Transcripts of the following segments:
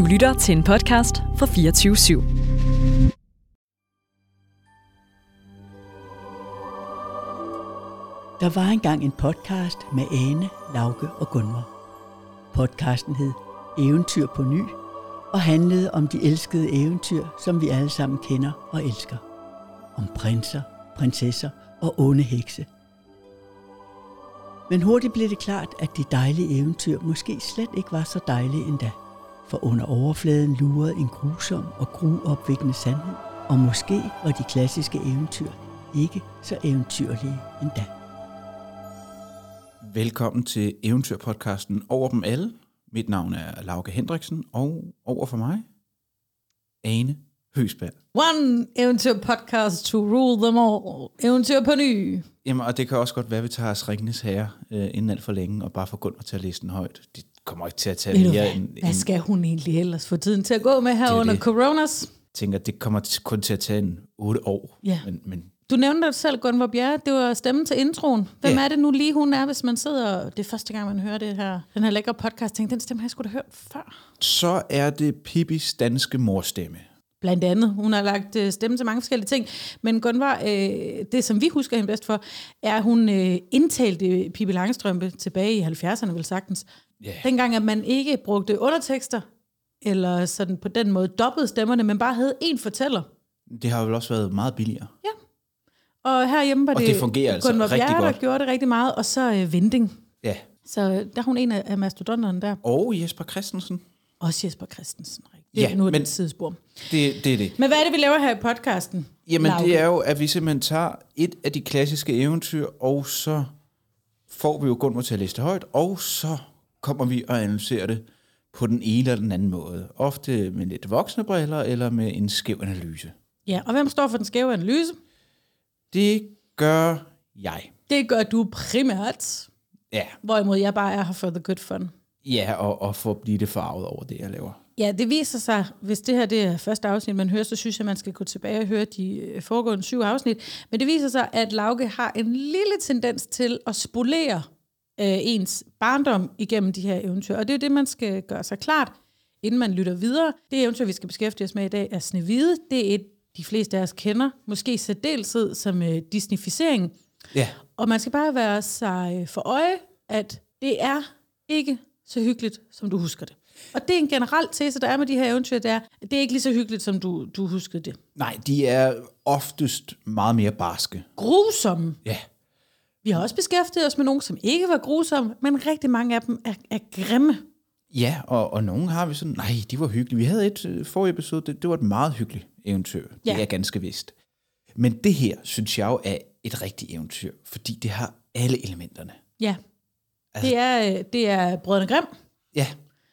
lytter til en podcast fra 24/7. Der var engang en podcast med Ane, Lauke og Gunvor. Podcasten hed Eventyr på ny og handlede om de elskede eventyr, som vi alle sammen kender og elsker. Om prinser, prinsesser og onde hekse. Men hurtigt blev det klart, at de dejlige eventyr måske slet ikke var så dejlige endda. For under overfladen lurede en grusom og gruopvækkende sandhed, og måske var de klassiske eventyr ikke så eventyrlige endda. Velkommen til Eventyrpodcasten Over dem alle. Mit navn er Lauke Hendriksen, og over for mig, Ane Høgsberg. One eventyr podcast to rule them all. Eventyr på ny. Jamen, og det kan også godt være, at vi tager os Ringenes Herre inden alt for længe, og bare får Gunvor til at læse den højt. Det kommer ikke til at tage mere end... Hvad skal hun egentlig ellers få tiden til at gå med her under coronas? Jeg tænker, at det kommer kun til at tage en 8 år. Ja. Men Du nævnte dig selv, Gunvor Bjerre. Det var stemmen til introen. Hvem er det nu lige, hun er, hvis man sidder... Det er første gang, man hører det her, den her lækre podcast. Tænkte, den stemme har jeg sgu da hørt før. så er det Pippis danske morstemme. Blandt andet. Hun har lagt stemme til mange forskellige ting. Men Gunvor, det som vi husker hende bedst for, er, at hun indtalte Pippi Langstrømpe tilbage i 70'erne, vel sagtens. Yeah. Dengang, at man ikke brugte undertekster, eller sådan på den måde dobbede stemmerne, men bare havde én fortæller. Det har vel også været meget billigere. Ja. Og herhjemme var det fungerer altså Gunvor rigtig Bjerre, godt. Der gjorde det rigtig meget, og så Vinding. Ja. Så der er hun en af mastodonterne der. Og Jesper Christensen. Også Jesper Christensen. Det er nu et sidespor. Det er det. Men hvad er det, vi laver her i podcasten? Jamen, Lauke? det er jo, at vi simpelthen tager et af de klassiske eventyr, og så får vi jo Gunvor til at læse det højt, og så kommer vi og analyserer det på den ene eller den anden måde. Ofte med lidt voksne briller, eller med en skæv analyse. Ja, og hvem står for den skæve analyse? Det gør jeg. Det gør du primært. Ja, Hvorimod jeg bare er her for the good fun. ja, og for at blive det farvet over det, jeg laver. Ja, det viser sig, hvis det her det er første afsnit, man hører, så synes jeg, man skal gå tilbage og høre de foregående 7 afsnit. Men det viser sig, at Lauke har en lille tendens til at spolere ens barndom igennem de her eventyr. Og det er det, man skal gøre sig klart, inden man lytter videre. Det eventyr, vi skal beskæftige os med i dag, er Snehvide. Det er et, de fleste af os kender, måske særdeleshed som disneyficering. Ja. Og man skal bare være sig for øje, at det er ikke så hyggeligt, som du husker det. Og det er en generel tese, der er med de her eventyr, det er, at det er ikke lige så hyggeligt, som du huskede det. Nej, de er oftest meget mere barske. Grusomme. Ja. Vi har også beskæftiget os med nogen, som ikke var grusomme, men rigtig mange af dem er grimme. Ja, og nogle har vi sådan, nej, de var hyggelige. Vi havde et forrige episode, det var et meget hyggeligt eventyr. Ja. Det er ganske vist. Men det her, synes jeg jo, er et rigtigt eventyr, fordi det har alle elementerne. Ja, Altså- det er Brødrene Grimm. Ja.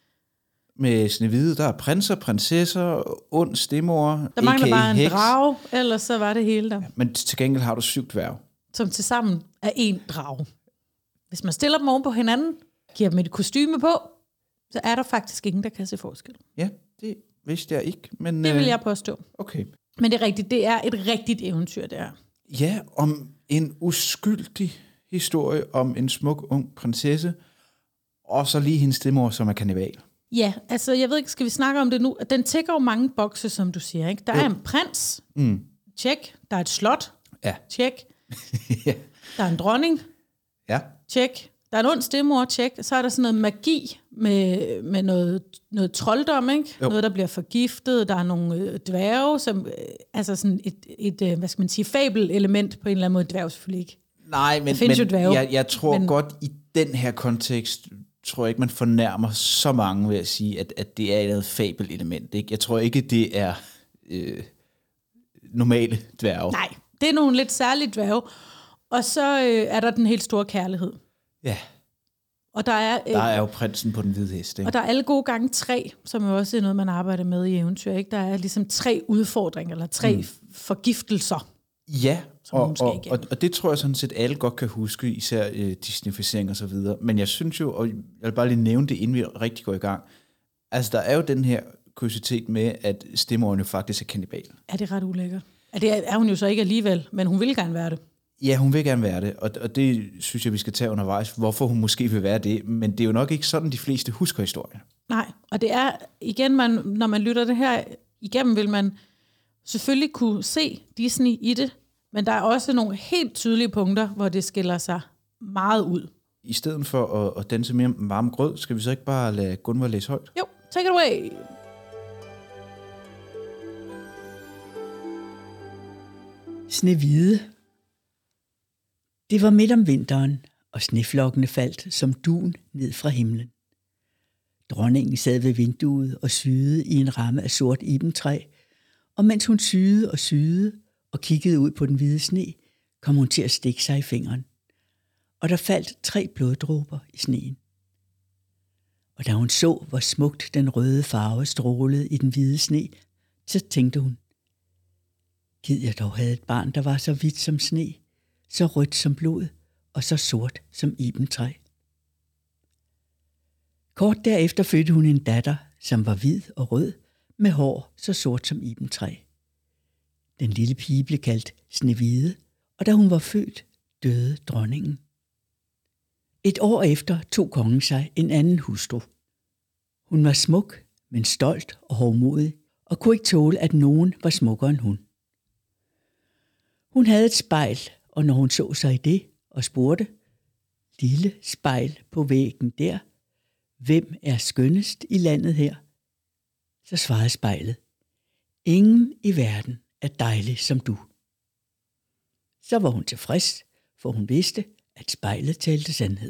Med Snehvide, der er prinser, prinsesser, ond stemor, Der mangler a.k.a. bare en heks. drage, ellers så var det hele der. Men til gengæld har du 7 dværge. Som tilsammen er en drage. Hvis man stiller dem oven på hinanden, giver dem et kostyme på, så er der faktisk ingen, der kan se forskel. Ja, det vidste jeg ikke. Men, Det vil jeg påstå. Okay. Men det er rigtigt, det er et rigtigt eventyr, det er. Ja, om en uskyldig historie om en smuk ung prinsesse, og så lige hendes stemor, som er kannibal. Ja, altså jeg ved ikke, skal vi snakke om det nu? Den tækker jo mange bokse, som du siger, ikke? Der er en prins, tjek. Der er et slot, Ja. tjek. Ja. Der er en dronning, Ja. tjek. Der er en ond stemmor, tjek. Så er der sådan noget magi med noget trolddom, ikke? Jo. Noget, der bliver forgiftet. Der er nogle dværge, som altså sådan et hvad skal man sige, fabel-element på en eller anden måde. Dværge selvfølgelig ikke. Nej, men findes jo dværge. jeg tror godt, i den her kontekst, tror jeg ikke, man fornærmer så mange ved at sige, at det er et fabel-element. Ikke? Jeg tror ikke, det er normale dværge. Nej, det er nogle lidt særlige dværge. Og så er der den helt store kærlighed. Ja, Og der er jo prinsen på den hvide hest. Ikke? Og der er alle gode gange 3, som jo også er noget, man arbejder med i eventyr. Ikke? Der er ligesom 3 udfordringer, eller 3 forgiftelser. Ja, hun skal igennem. og det tror jeg sådan set, alle godt kan huske, især disneyficering og så videre. Men jeg synes jo, og jeg vil bare lige nævne det, inden vi rigtig går i gang. Altså, der er jo den her kuriositet med, at stemmoren jo faktisk er kannibal. Er det ret ulækkert? Det er hun jo så ikke alligevel, men hun vil gerne være det. Ja, hun vil gerne være det, og det synes jeg, vi skal tage undervejs, hvorfor hun måske vil være det. Men det er jo nok ikke sådan, de fleste husker historien. Nej, Og det er, igen, når man lytter det her igennem, vil man selvfølgelig kunne se Disney i det, men der er også nogle helt tydelige punkter, hvor det skiller sig meget ud. I stedet for at danse mere varm grød, skal vi så ikke bare lade Gunvor læse højt? Jo, take it away! Snehvide. Det var midt om vinteren, og sneflokkene faldt som dun ned fra himlen. Dronningen sad ved vinduet og syede i en ramme af sort ibentræ, og mens hun syede og kiggede ud på den hvide sne, kom hun til at stikke sig i fingeren. Og der faldt 3 bloddråber i sneen. Og da hun så, hvor smukt den røde farve strålede i den hvide sne, så tænkte hun, gid jeg dog havde et barn, der var så hvidt som sne, så rødt som blod og så sort som ibentræ. Kort derefter fødte hun en datter, som var hvid og rød, med hår så sort som ibentræ. Den lille pige blev kaldt Snehvide, og da hun var født, døde dronningen. Et år efter tog kongen sig en anden hustru. Hun var smuk, men stolt og hovmodig, og kunne ikke tåle, at nogen var smukkere end hun. Hun havde et spejl, og når hun så sig i det og spurgte, lille spejl på væggen der, hvem er skønnest i landet her? Så svarede spejlet, ingen i verden er dejlig som du. Så var hun tilfreds, for hun vidste, at spejlet talte sandhed.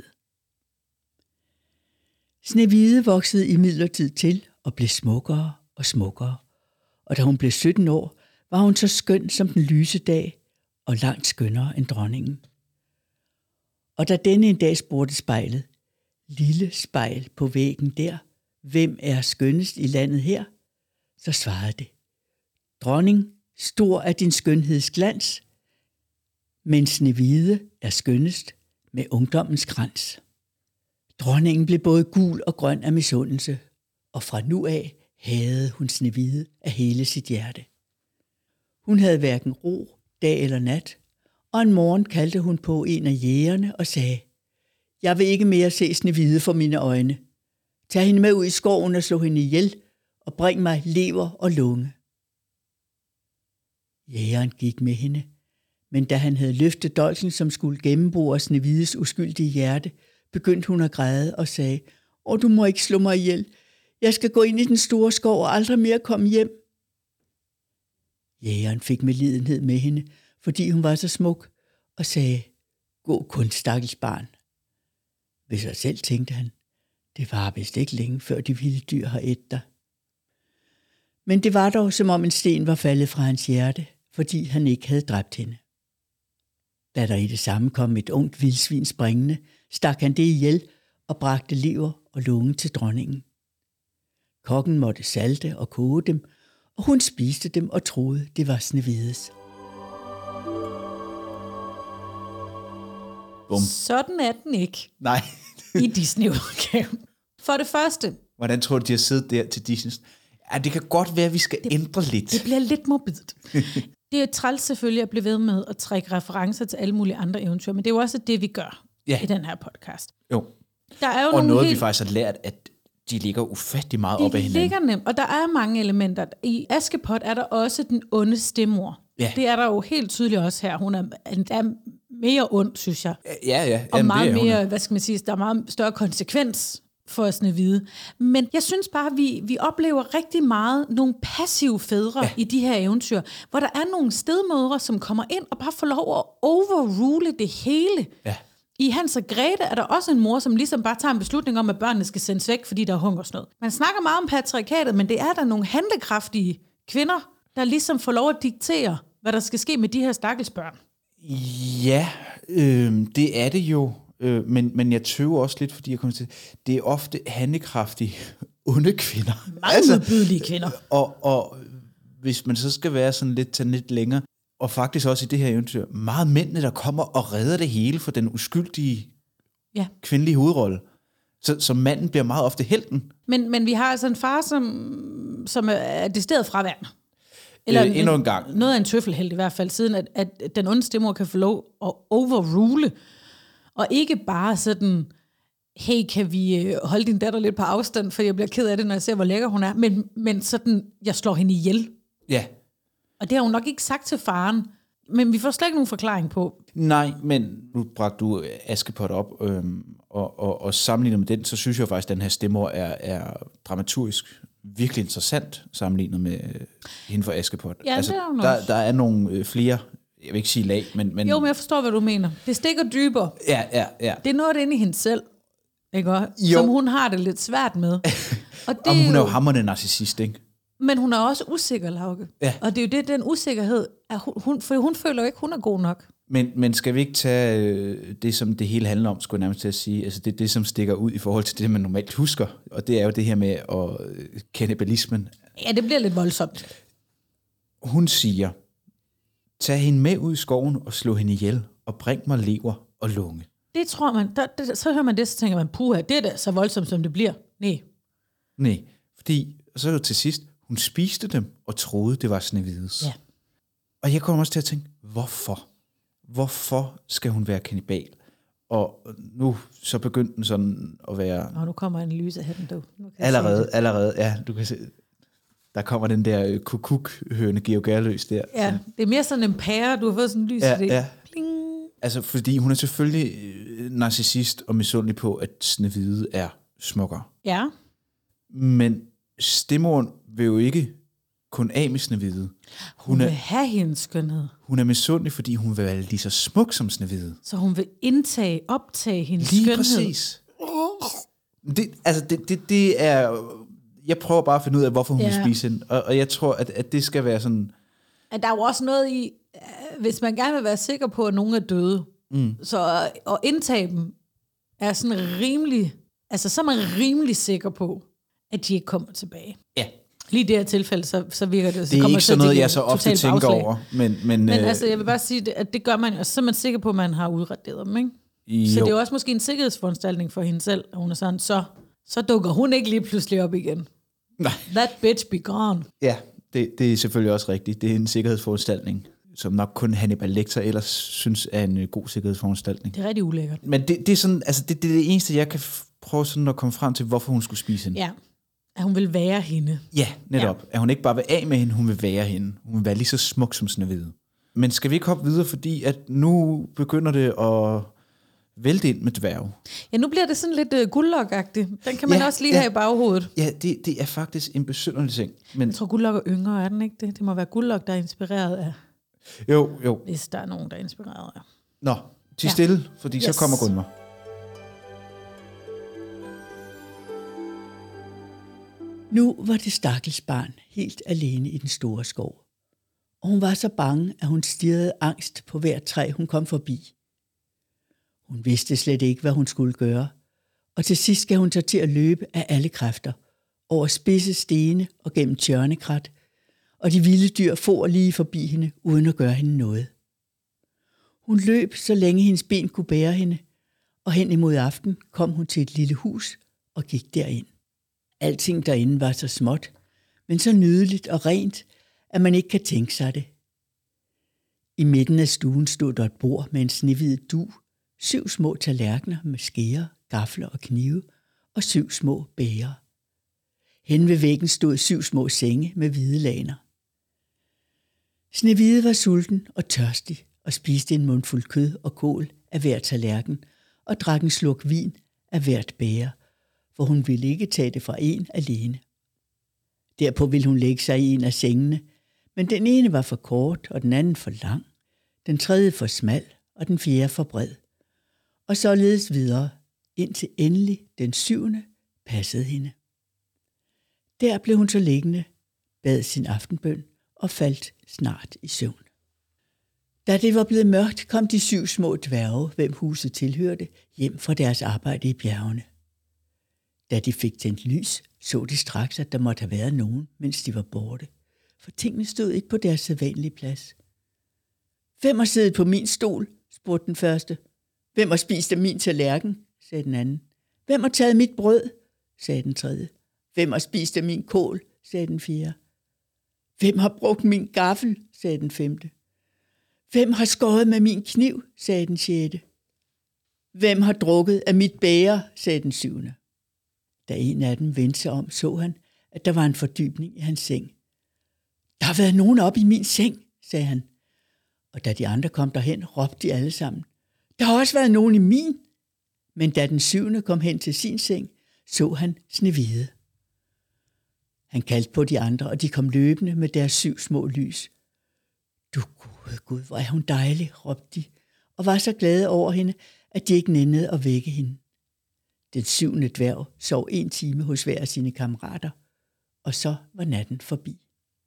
Snehvide voksede imidlertid til og blev smukkere og smukkere, og da hun blev 17 år, var hun så skøn som den lyse dag og langt skønnere end dronningen. Og da denne en dag spurgte spejlet, lille spejl på væggen der, hvem er skønnest i landet her? Så svarede det, dronning, stor er din skønhedsglans, men Snehvide er skønnest med ungdommens krans. Dronningen blev både gul og grøn af misundelse, og fra nu af hadede hun Snehvide af hele sit hjerte. Hun havde hverken ro, dag eller nat, og en morgen kaldte hun på en af jægerne og sagde, jeg vil ikke mere se Snehvide for mine øjne. Tag hende med ud i skoven og slå hende ihjel, og bring mig lever og lunge. Jægeren gik med hende, men da han havde løftet dolken, som skulle gennembore Snehvides uskyldige hjerte, begyndte hun at græde og sagde, du må ikke slå mig ihjel. Jeg skal gå ind i den store skov og aldrig mere komme hjem. Jægeren fik medlidenhed med hende, fordi hun var så smuk, og sagde, gå kun, stakkels barn. Ved sig selv tænkte han, det var vist ikke længe, før de vilde dyr har ædt dig. Men det var dog, som om en sten var faldet fra hans hjerte, fordi han ikke havde dræbt hende. Da der i det samme kom et ungt vildsvin springende, stak han det ihjel og bragte lever og lunge til dronningen. Kokken måtte salte og koge dem, og hun spiste dem og troede, det var Snehvides. Bum. Sådan er den ikke. Nej. I Disney-udgaven. For det første. Hvordan tror du, de har siddet der til Disney? Ja, det kan godt være, at vi skal ændre lidt. Det bliver lidt morbidt. Det er træls selvfølgelig at blive ved med at trække referencer til alle mulige andre eventyr, men det er jo også det, vi gør i den her podcast. Jo. Der er jo og noget, vi faktisk har lært, at de ligger ufattelig meget op ad hinanden. De ligger nemt, og der er mange elementer. I Askepot er der også den onde stemmor. Ja. Det er der jo helt tydeligt også her. Hun er mere ond, synes jeg. Ja. Og meget mere, hvad skal man sige, der er meget større konsekvens for Snehvide. Men jeg synes bare, vi oplever rigtig meget nogle passive fædre i de her eventyr, hvor der er nogle stedmødre, som kommer ind og bare får lov at overrule det hele. Ja. I Hans og Grete er der også en mor, som ligesom bare tager en beslutning om, at børnene skal sendes væk, fordi der er hungersnød. Man snakker meget om patriarkatet, men det er der nogle handlekraftige kvinder, der ligesom får lov at diktere, hvad der skal ske med de her stakkels børn. Ja, det er det jo. Men jeg tøver også lidt, fordi jeg kommer til, det er ofte handlekraftige, onde kvinder. Meget modbydelige kvinder. Og hvis man så skal være sådan tage lidt længere, og faktisk også i det her eventyr, meget mændene, der kommer og redder det hele for den uskyldige kvindelige hovedrolle. Så manden bliver meget ofte helten. Men vi har altså en far, som er decideret fraværende. Eller endnu en gang. Noget af en tøffelhelt i hvert fald, siden at den onde stemmor kan få lov at overrule, og ikke bare sådan hey, kan vi holde din datter lidt på afstand, for jeg bliver ked af det, når jeg ser, hvor lækker hun er. Men sådan, jeg slår hende ihjel. Ja. Og det har hun nok ikke sagt til faren. Men vi får slet ikke nogen forklaring på. Nej, men nu bragte du Askepot op, og sammenlignet med den, så synes jeg faktisk, at den her stemmer er dramaturgisk virkelig interessant, sammenlignet med hende for Askepot. Ja, altså, der er nogle flere, jeg vil ikke sige lag, men... Jo, men jeg forstår, hvad du mener. Det stikker dybere. Ja. Det er noget inde i hende selv, ikke? Som hun har det lidt svært med. Og det hun er jo hamrende narcissist, ikke? Men hun er også usikker, Lauke. Ja. Og det er jo det, den usikkerhed, for hun føler jo ikke, hun er god nok. Men skal vi ikke tage det, som det hele handler om, skulle jeg nærmest til at sige, altså det, som stikker ud i forhold til det, man normalt husker, og det er jo det her med kannibalismen. Ja, det bliver lidt voldsomt. Hun siger, tag hende med ud i skoven og slå hende ihjel, og bring mig lever og lunge. Det tror man, så hører man det, så tænker man, puha, det er da så voldsomt, som det bliver. Nej, fordi så til sidst, hun spiste dem og troede, det var Snevides. Ja. Og jeg kommer også til at tænke, hvorfor? Hvorfor skal hun være kannibal? Og nu så begyndte den sådan at være... Og nu kommer analysehatten, du. Allerede, ja, du kan se... Der kommer den der kukuk-høne Georg Gerløs der. Ja, det er mere sådan en pære, du har fået sådan en lys i det. Ja. Pling. Altså, fordi hun er selvfølgelig narcissist og misundelig på, at Snehvide er smukkere. Ja. Men stemmoren vil jo ikke kun af med Snehvide. Hun vil have hendes skønhed. Hun er misundelig, fordi hun vil være lige så smuk som Snehvide. Så hun vil optage hendes lige skønhed. Lige præcis. Det er... Jeg prøver bare at finde ud af, hvorfor hun vil spise hende. Og jeg tror, at det skal være sådan... At der er jo også noget i, hvis man gerne vil være sikker på, at nogen er døde, så at indtage dem er sådan rimelig... Altså, så er man rimelig sikker på, at de ikke kommer tilbage. Ja. Lige i det her tilfælde, så virker det... Det er ikke sådan noget, jeg så ofte tænker over. Men altså, jeg vil bare sige, at det gør man jo, og så er man sikker på, at man har udraderet dem, ikke? Jo. Så det er jo også måske en sikkerhedsforanstaltning for hende selv, at hun er sådan, så dukker hun ikke lige pludselig op igen. Nej. That bitch be gone. Ja, det er selvfølgelig også rigtigt. Det er en sikkerhedsforanstaltning, som nok kun Hannibal Lecter ellers synes er en god sikkerhedsforanstaltning. Det er rigtig ulækkert. Men det er sådan, altså det er det eneste, jeg kan prøve sådan at komme frem til, hvorfor hun skulle spise hende. Ja, at hun vil være hende. Ja, netop. Ja. At hun ikke bare vil af med hende, hun vil være hende. Hun vil være lige så smuk som Snehvide. Men skal vi ikke hoppe videre, fordi at nu begynder det at vælte ind med dværge. Ja, nu bliver det sådan lidt guldlok-agtigt. Den kan man også lige have i baghovedet. Ja, det er faktisk en besynderlig ting. Men... Jeg tror, guldlok er yngre, er den ikke det? Det må være guldlok, der er inspireret af... Jo. Hvis der er nogen, der er inspireret af. Nå, til stille, fordi så kommer Gunvor. Nu var det stakkels barn helt alene i den store skov. Og hun var så bange, at hun stirrede angst på hvert træ, hun kom forbi. Hun vidste slet ikke, hvad hun skulle gøre, og til sidst skal hun tage til at løbe af alle kræfter, over spidse stene og gennem tjørnekrat, og de vilde dyr for lige forbi hende, uden at gøre hende noget. Hun løb, så længe hendes ben kunne bære hende, og hen imod aften kom hun til et lille hus og gik derind. Alting derinde var så småt, men så nydeligt og rent, at man ikke kan tænke sig det. I midten af stuen stod der et bord med en snehvid dug, 7 små tallerkener med skeer, gafler og knive og 7 små bæger. Hen ved væggen stod 7 små senge med hvide laner. Snehvide var sulten og tørstig og spiste en mundfuld kød og kål af hver tallerken og drak en slurk vin af hvert bæger, for hun ville ikke tage det fra en alene. Derpå ville hun lægge sig i en af sengene, men den ene var for kort og den anden for lang, den tredje for smal og den fjerde for bred. Og således videre, indtil endelig den 7. passede hende. Der blev hun så liggende, bad sin aftenbøn og faldt snart i søvn. Da det var blevet mørkt, kom de 7 små dværge, hvem huset tilhørte, hjem fra deres arbejde i bjergene. Da de fik tændt lys, så de straks, at der måtte have været nogen, mens de var borte, for tingene stod ikke på deres sædvanlige plads. Hvem har siddet på min stol? Spurgte den første. Hvem har spist af min tallerken? Sagde den anden. Hvem har taget mit brød? Sagde den tredje. Hvem har spist af min kål? Sagde den fjerde. Hvem har brugt min gaffel? Sagde den femte. Hvem har skåret med min kniv? Sagde den sjette. Hvem har drukket af mit bæger, sagde den 7. Da en af dem vendte sig om, så han, at der var en fordybning i hans seng. Der har været nogen op i min seng, sagde han. Og da de andre kom derhen, råbte de alle sammen. Der har også været nogen i min. Men da den 7. kom hen til sin seng, så han Snehvide. Han kaldte på de andre, og de kom løbende med deres 7 små lys. Du Gud, hvor er hun dejlig, råbte de, og var så glade over hende, at de ikke nændede at vække hende. Den 7. dværg sov 1 time hos hver af sine kammerater, og så var natten forbi.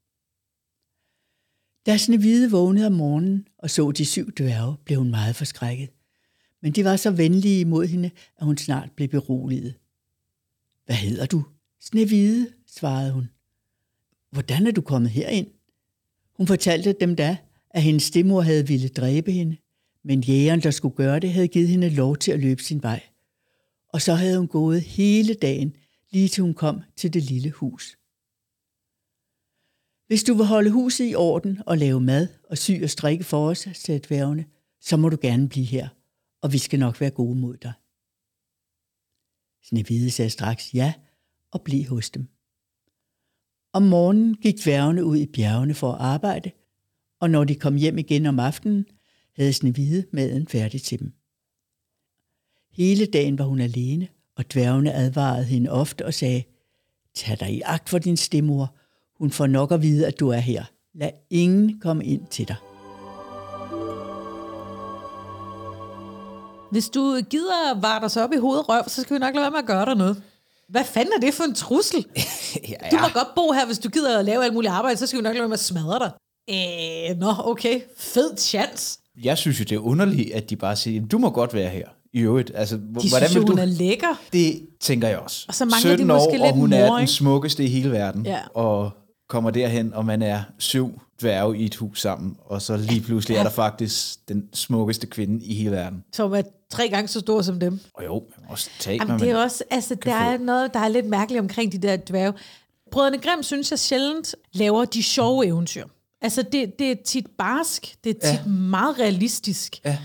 Da Snehvide vågnede om morgenen og så de 7 dværge, blev hun meget forskrækket. Men de var så venlige imod hende, at hun snart blev beroliget. Hvad hedder du? Snehvide, svarede hun. Hvordan er du kommet herind? Hun fortalte dem da, at hendes stedmor havde ville dræbe hende, men jægeren, der skulle gøre det, havde givet hende lov til at løbe sin vej. Og så havde hun gået hele dagen, lige til hun kom til det lille hus. Hvis du vil holde huset i orden og lave mad og sy og strikke for os, sagde dværgene, så må du gerne blive her, og vi skal nok være gode mod dig. Snehvide sagde straks ja og blev hos dem. Om morgenen gik dværgene ud i bjergene for at arbejde, og når de kom hjem igen om aftenen, havde Snehvide maden færdig til dem. Hele dagen var hun alene, og dværgene advarede hende ofte og sagde, tag dig i agt for din stedmor, hun får nok at vide, at du er her. Lad ingen komme ind til dig. Hvis du gider varte os op i hovedet røv, så skal vi nok lade være med at gøre dig noget. Hvad fanden er det for en trussel? Ja. Du må godt bo her, hvis du gider at lave alt muligt arbejde, så skal vi nok lade være med at smadre dig. Okay. Fed chance. Jeg synes jo, det er underligt, at de bare siger, du må godt være her. I øvrigt. Altså, hvordan synes hun er lækker. Det tænker jeg også. Og så mangler de måske lidt og hun mor, er den ikke? smukkeste i hele verden. Ja. Og kommer derhen, og man er 7 dværge i et hus sammen. Og så lige pludselig er der faktisk den smukkeste kvinde i hele verden. Som er 3 gange så stor som dem. Og jo, man må også tage det er også, altså, der er noget, der er lidt mærkeligt omkring de der dværge. Brødrene Grimm synes jeg sjældent laver de sjove eventyr. Altså, det er tit barsk, det er tit meget realistisk. Ja.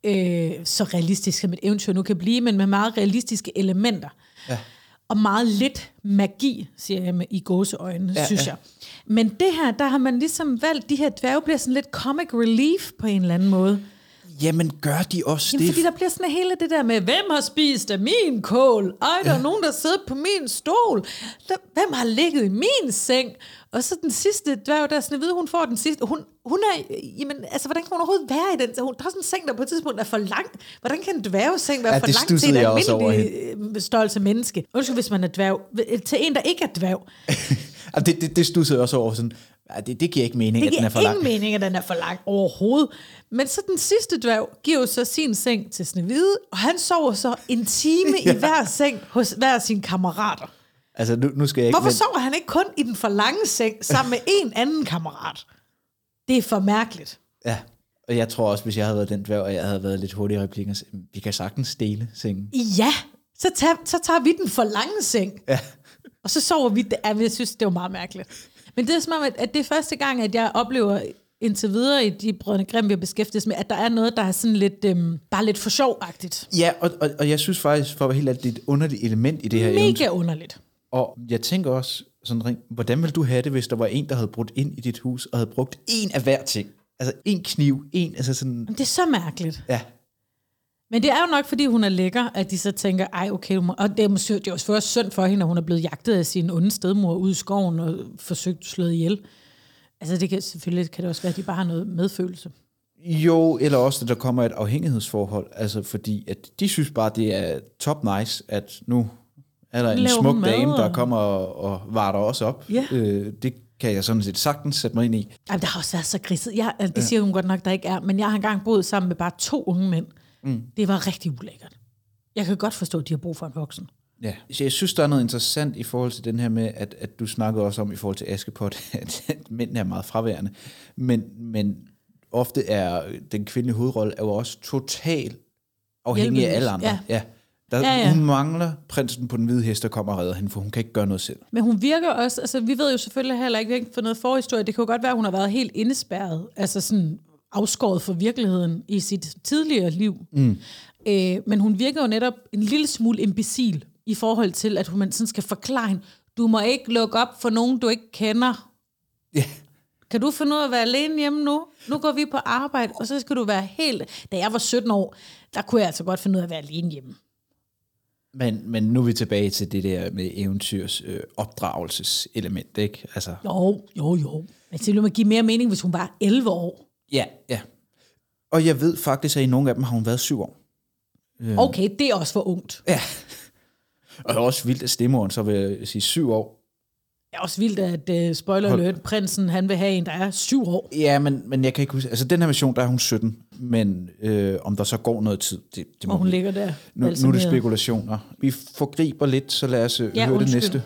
Så realistisk som et eventyr nu kan blive, men med meget realistiske elementer. Ja. Og meget lidt magi, siger jeg med i gåseøjne, synes jeg. Men det her, der har man ligesom valgt, de her dværge bliver sådan lidt comic relief på en eller anden måde. Jamen, gør de også det? Fordi der bliver sådan hele det der med, hvem har spist af min kål? Der er nogen, der sidder på min stol. Hvem har ligget i min seng? Og så den sidste dværg, der er Snehvide, hun får den sidste. Hun er, jamen, altså, hvordan kan hun overhovedet være i den? Der er sådan en seng, der på et tidspunkt er for lang. Hvordan kan en dværgeseng være for lang til en almindelig størrelse menneske? Undskyld, hvis man er dværg. Til en, der ikke er dværg. det studsede jeg også over sådan. Det giver ikke mening, at den er for lang. Det giver ingen mening, at den er for lang overhovedet. Men så den sidste dværg giver jo så sin seng til Snehvide, og han sover så en time i hver seng hos hver af sine kammerater. Altså, nu skal jeg ikke... Hvorfor sover han ikke kun i den for lange seng sammen med en anden kammerat? Det er for mærkeligt. Ja, og jeg tror også, hvis jeg havde været den dværg, og jeg havde været lidt hurtigere i replikken, vi kan sagtens stjæle sengen. Ja, så tager vi den for lange seng. Ja. Og så sover vi... Jeg synes, det var meget mærkeligt. Men det er som om, at det er første gang, at jeg oplever indtil videre i de Brødrene Grimm, vi har beskæftiget med, at der er noget, der er sådan lidt, bare lidt for sjovagtigt. Ja, og jeg synes faktisk, for at være helt ærlig, det er et underligt element i det her Mega underligt. Og jeg tænker også, sådan, hvordan ville du have det, hvis der var en, der havde brudt ind i dit hus, og havde brugt en af hver ting? Altså en kniv, altså sådan... Det er så mærkeligt. Ja. Men det er jo nok, fordi hun er lækker, at de så tænker, okay, og det er jo også synd for hende, at hun er blevet jagtet af sin onde stedmor ude i skoven og forsøgt slået ihjel. Altså det kan selvfølgelig det også være, at de bare har noget medfølelse. Jo, eller også, at der kommer et afhængighedsforhold, altså fordi, at de synes bare, det er top nice, at nu er der en smuk dame, der kommer og varter også op. Ja. Det kan jeg sådan set sagtens sætte mig ind i. Jamen, der har også været så griset. Det siger hun godt nok, der ikke er, men jeg har engang boet sammen med bare 2 unge mænd. Det var rigtig ulækkert. Jeg kan godt forstå, at de har brug for en voksen. Ja, jeg synes, der er noget interessant i forhold til den her med, at du snakkede også om i forhold til Askepot, at mændene er meget fraværende. Men ofte er den kvindelige hovedrolle er jo også totalt afhængig af alle andre. Ja. Hun mangler prinsen på den hvide hest, der kommer og redder hende, for hun kan ikke gøre noget selv. Men hun virker også, altså vi ved jo selvfølgelig heller ikke, vi har ikke fået noget forhistorie. Det kan jo godt være, at hun har været helt indespærret, altså sådan afskåret fra virkeligheden i sit tidligere liv. Men hun virker jo netop en lille smule imbecil i forhold til, at hun sådan skal forklare hende, du må ikke lukke op for nogen, du ikke kender. Ja. Kan du finde ud af at være alene hjemme nu? Nu går vi på arbejde, og så skal du være helt... Da jeg var 17 år, der kunne jeg altså godt finde ud af at være alene hjemme. Men nu er vi tilbage til det der med eventyrs opdragelseselement, ikke? Altså. Jo. Men det ville give mere mening, hvis hun var 11 år. Ja. Og jeg ved faktisk, at i nogle af dem har hun været 7 år. Okay, det er også for ungt. Ja. Og det er også vildt, at stemmoren så vil sige 7 år. Det er også vildt, at spoiler alert, prinsen, han vil have en, der er 7 år. Ja, men jeg kan ikke huske... Altså, den her mission, der er hun 17, men om der så går noget tid, det må... Og hun ligger der. Nu er det spekulationer. Vi forgriber lidt, så lad os høre det næste.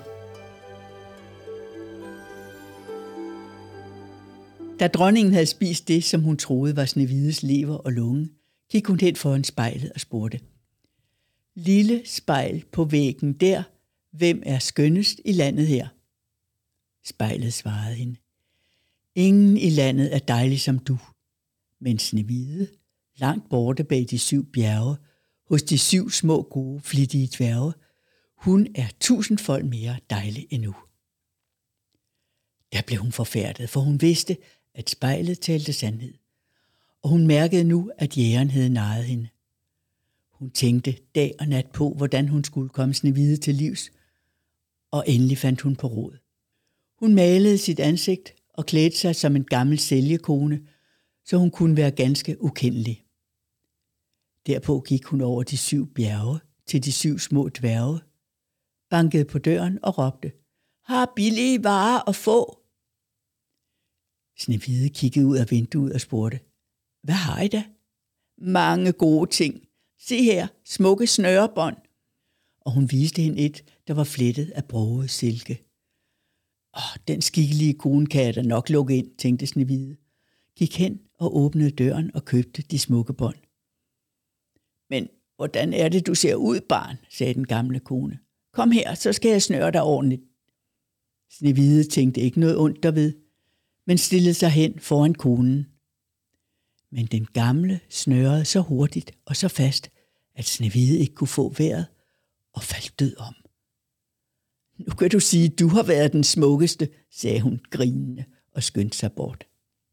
Da dronningen havde spist det, som hun troede var Snevides lever og lunge, gik hun hen foran spejlet og spurgte: Lille spejl på væggen der, hvem er skønnest i landet her? Spejlet svarede hende: Ingen i landet er dejlig som du, men Snehvide, langt borte bag de 7 bjerge, hos de 7 små gode, flittige dværge, hun er 1000-fold mere dejlig endnu. Der blev hun forfærdet, for hun vidste, at spejlet talte sandhed, og hun mærkede nu, at jægeren havde narret hende. Hun tænkte dag og nat på, hvordan hun skulle komme Snehvide til livs, og endelig fandt hun på råd. Hun malede sit ansigt og klædte sig som en gammel sælgekone, så hun kunne være ganske ukendelig. Derpå gik hun over de 7 bjerge til de 7 små dværge, bankede på døren og råbte: Har billige varer at få? Snehvide kiggede ud af vinduet og spurgte: Hvad har I da? Mange gode ting. Se her, smukke snørebånd. Og hun viste hende et, der var flettet af broget silke. Den skikkelige kone kan jeg da nok lukke ind, tænkte Snehvide. Gik hen og åbnede døren og købte de smukke bånd. Men hvordan er det, du ser ud, barn, sagde den gamle kone. Kom her, så skal jeg snøre dig ordentligt. Snehvide tænkte ikke noget ondt derved, men stillede sig hen foran konen. Men den gamle snørede så hurtigt og så fast, at Snehvide ikke kunne få vejret og faldt død om. Nu kan du sige, at du har været den smukkeste, sagde hun grinende og skyndte sig bort.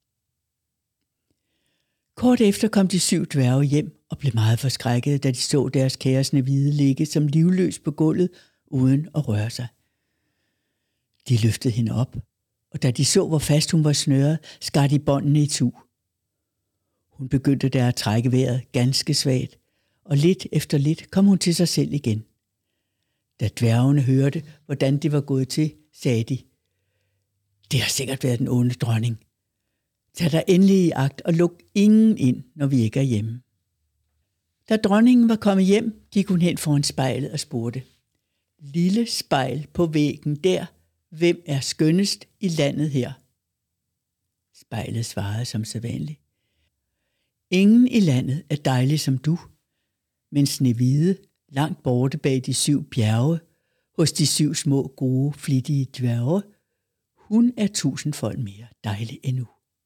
Kort efter kom de 7 dværge hjem og blev meget forskrækkede, da de så deres kære Snehvide ligge som livløs på gulvet uden at røre sig. De løftede hende op, og da de så, hvor fast hun var snøret, skar de båndene itu. Hun begyndte der at trække vejret ganske svagt, og lidt efter lidt kom hun til sig selv igen. Da dværgene hørte, hvordan det var gået til, sagde de: Det har sikkert været den onde dronning. Tag dig endelig i agt og luk ingen ind, når vi ikke er hjemme. Da dronningen var kommet hjem, gik hun hen foran spejlet og spurgte: Lille spejl på væggen der, hvem er skønnest i landet her? Spejlet svarede som sædvanligt: Ingen i landet er dejlig som du, men Snehvide, langt borte bag de 7 bjerge, hos de 7 små gode, flittige dværge, hun er 1000-fold mere dejlig endnu.